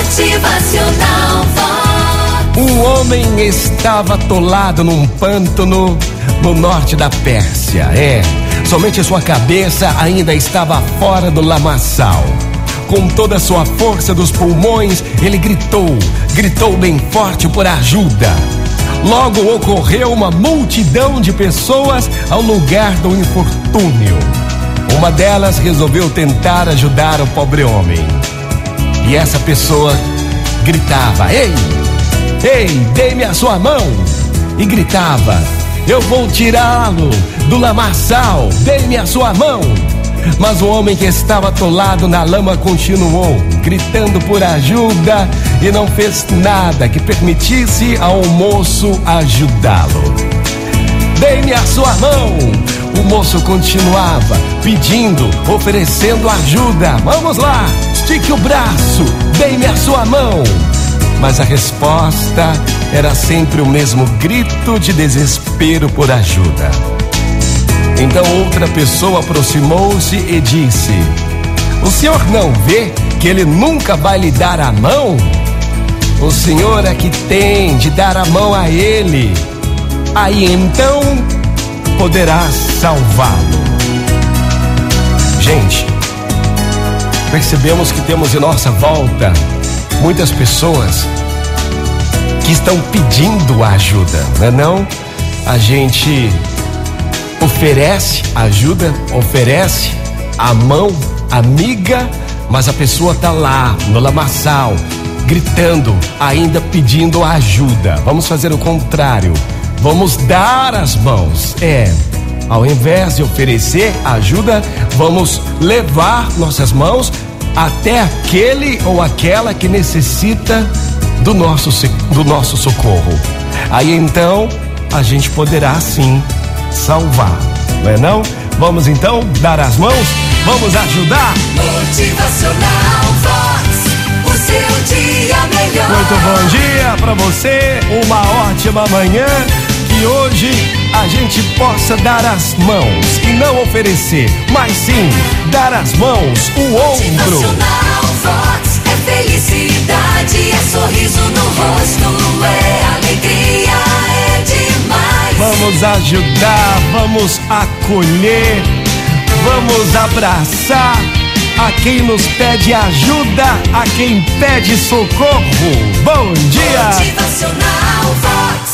Motivacional Vox. Um homem estava atolado num pântano no norte da Pérsia. Somente sua cabeça ainda estava fora do lamaçal. Com toda a sua força dos pulmões, ele gritou bem forte por ajuda. Logo ocorreu uma multidão de pessoas ao lugar do infortúnio. Uma delas resolveu tentar ajudar o pobre homem. E essa pessoa gritava: Ei, dê-me a sua mão! E gritava: eu vou tirá-lo do lamaçal, dê-me a sua mão! Mas o homem que estava atolado na lama continuou, gritando por ajuda, e não fez nada que permitisse ao moço ajudá-lo. Dê-me a sua mão! O moço continuava, pedindo, oferecendo ajuda. Vamos lá, estique o braço, dê-me a sua mão! Mas a resposta era sempre o mesmo grito de desespero por ajuda. Então outra pessoa aproximou-se e disse: o senhor não vê que ele nunca vai lhe dar a mão? O senhor é que tem de dar a mão a ele. Aí então poderá salvá-lo. Gente, percebemos que temos em nossa volta muitas pessoas que estão pedindo ajuda, não é não? A gente oferece ajuda, oferece a mão amiga, mas a pessoa está lá no lamaçal, gritando, ainda pedindo ajuda. Vamos fazer o contrário, vamos dar as mãos. Ao invés de oferecer ajuda, vamos levar nossas mãos até aquele ou aquela que necessita do nosso socorro. Aí então a gente poderá sim salvar, não é não? Vamos então dar as mãos, vamos ajudar. Motivacional Vox, o seu dia melhor. Muito bom dia pra você, uma ótima manhã. Que hoje a gente possa dar as mãos e não oferecer, mas sim dar as mãos, o ombro. Motivacional Vox é felicidade, é sorriso no rosto, é alegria, é demais. Vamos ajudar, vamos acolher, vamos abraçar a quem nos pede ajuda, a quem pede socorro. Bom dia! Motivacional Vox.